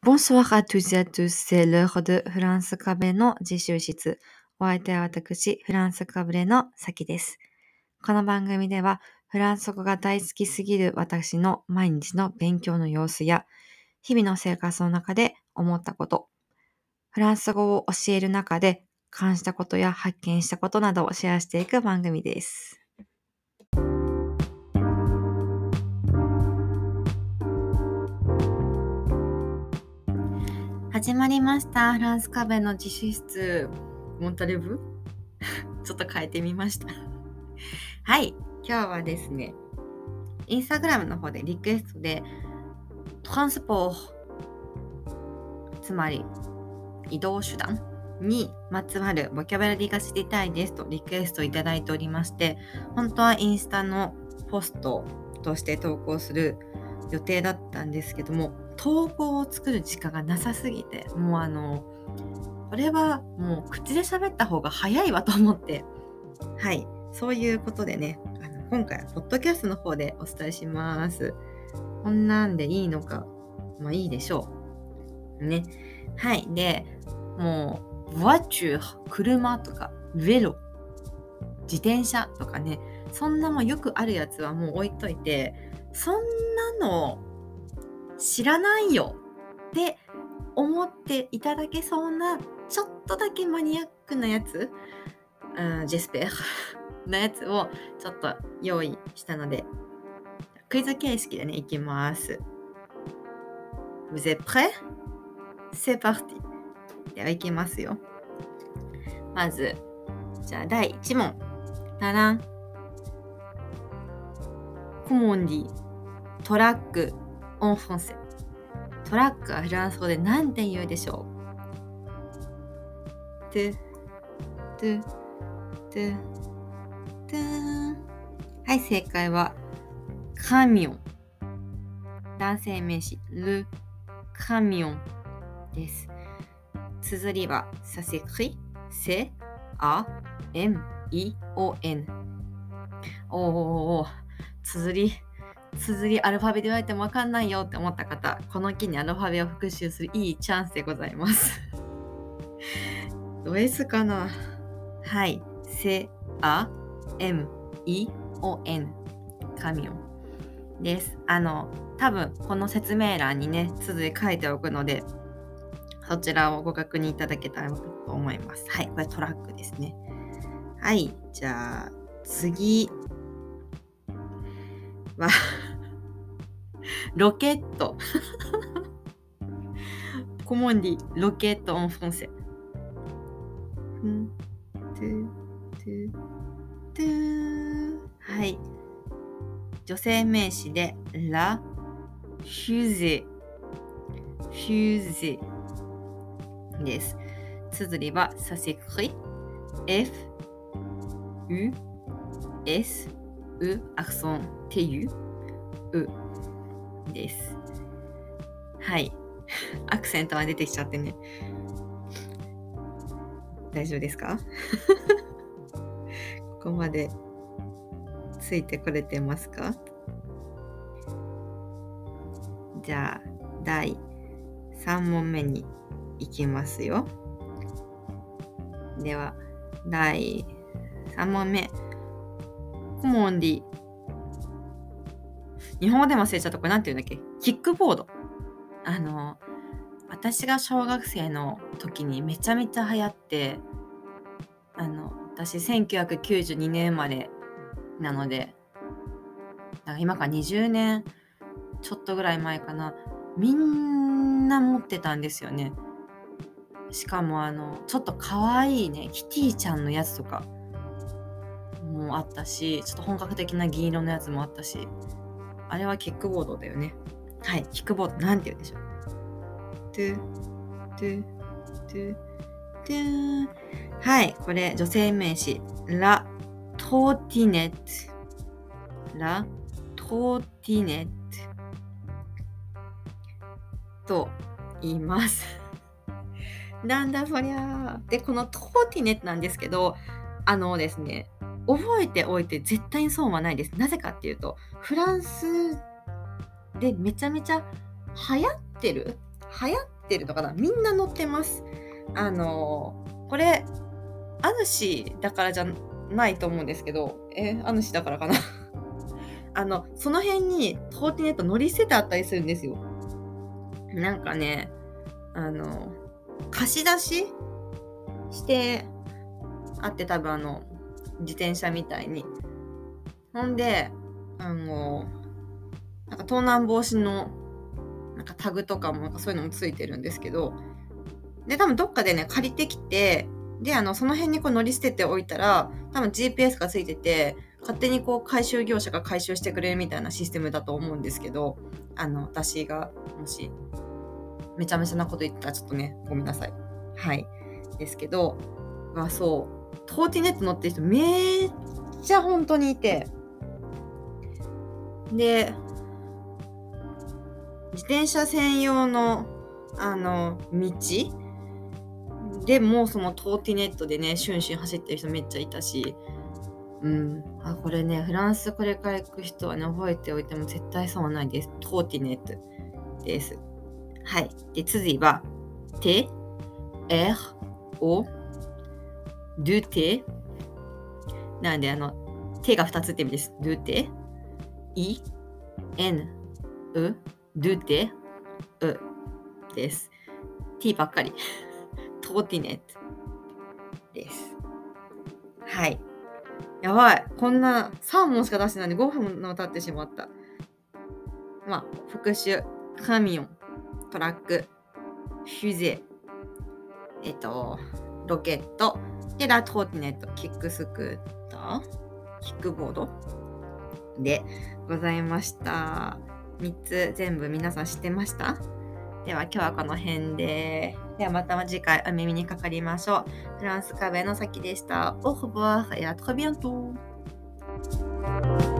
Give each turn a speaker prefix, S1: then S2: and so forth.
S1: Bonsoir à tous et à tous, c'est l'heure de フランスかぶれの自習室。お相手は私、フランスかぶれのさきです。この番組では、フランス語が大好きすぎる私の毎日の勉強の様子や、日々の生活の中で思ったこと、フランス語を教える中で感じたことや発見したことなどをシェアしていく番組です。始まりました。フランスカベの自習室。モンタレブちょっと変えてみました。はい。今日はですね、インスタグラムの方でリクエストで、トランスポート、つまり移動手段にまつわるボキャブラリーが知りたいですとリクエストいただいておりまして、本当はインスタのポストとして投稿する予定だったんですけども、投稿を作る時間がなさすぎて、もうこれはもう口で喋った方が早いわと思って、はい、そういうことでね、今回はポッドキャストの方でお伝えします。こんなんでいいのか、まあいいでしょうね。はい。で、もうvoiture、車とかベロ、自転車とかね、そんなもんよくあるやつはもう置いといて、そんなの知らないよって思っていただけそうなちょっとだけマニアックなやつ、ジェスペーなやつをちょっと用意したので、クイズ形式でね、いきます。Vous êtes prêts? C'est parti. では、いきますよ。まず、じゃあ第1問。タラン。Comment on ditトラック en français。トラックはフランス語で何て言うでしょう？トゥ、トゥ、トゥ、トゥーン。はい、正解はカミオン。男性名詞、ルカミオンです。綴りは、ça s'écrit C-A-M-I-O-N。おー、綴りアルファベで言われてもわかんないよって思った方、この機にアルファベを復習するいいチャンスでございます。ド S かな？はい。C-A-M-I-O-N。カミオンです。多分この説明欄にね、綴り書いておくので、そちらをご確認いただけたらと思います。はい。これトラックですね。はい。じゃあ、次は、ロケット。コモンディ、ロケットオンフォンセ。はい。女性名詞で、ラ・フュゼ。フュゼです。綴りは、ça s'écrit F U S U アクソン TU U です。はい。アクセントが出てきちゃってね。大丈夫ですか？ここまでついてこれてますか？じゃあ、第3問目に行きますよ。では、第3問目。コモンディ。日本語でも忘れちゃった。これなんて言うんだっけ？キックボード。私が小学生の時にめちゃめちゃ流行って、私1992年生まれなので、だから今から20年ちょっとぐらい前かな。みんな持ってたんですよね。しかもちょっと可愛いね、キティちゃんのやつとかもあったし、ちょっと本格的な銀色のやつもあったし、あれはキックボードだよね。はい、キックボードなんて言うでしょう。トゥトゥトゥトゥー。はい、これ女性名詞ラトーティネット。ラトーティネットと言います。なんだそりゃー。で、このトーティネットなんですけど、ですね、覚えておいて絶対に損はないです。なぜかっていうと、フランスでめちゃめちゃ流行ってってるのかな、みんな乗ってます。これ主だからじゃないと思うんですけど、主だからかなその辺にトーティネット乗り捨ててあったりするんですよ。なんかね、貸し出ししてあって、多分自転車みたいに。ほんで、なんか盗難防止のなんかタグとかもなんかそういうのもついてるんですけど、で、多分どっかでね、借りてきて、で、その辺にこう乗り捨てておいたら、多分 GPS がついてて、勝手にこう回収業者が回収してくれるみたいなシステムだと思うんですけど、私がもしめちゃめちゃなこと言ったらちょっとね、ごめんなさい。はい。ですけど、そう、トーティネット乗ってる人めっちゃ本当にいて、で、自転車専用の、道でもそのトーティネットでね、シュンシュン走ってる人めっちゃいたし、これね、フランスこれから行く人はね、覚えておいても絶対損はないです。トーティネットです。はい。で、次は、T、R、O、ドゥテ。なんで、手が2つって意味です。ドゥテ。I、N、U、ドゥテ、U です。T ばっかり。トーティネットです。はい。やばい。こんな3問しか出してないんで5分も経ってしまった。復習。カミオン、トラック、フュゼ、ロケット、で、ラトーティネット、キックスクーター、キックボードでございました。3つ全部皆さん知ってました？では今日はこの辺で。ではまた次回お耳にかかりましょう。フランス壁のさきでした。オーボワー、et à très bientôt。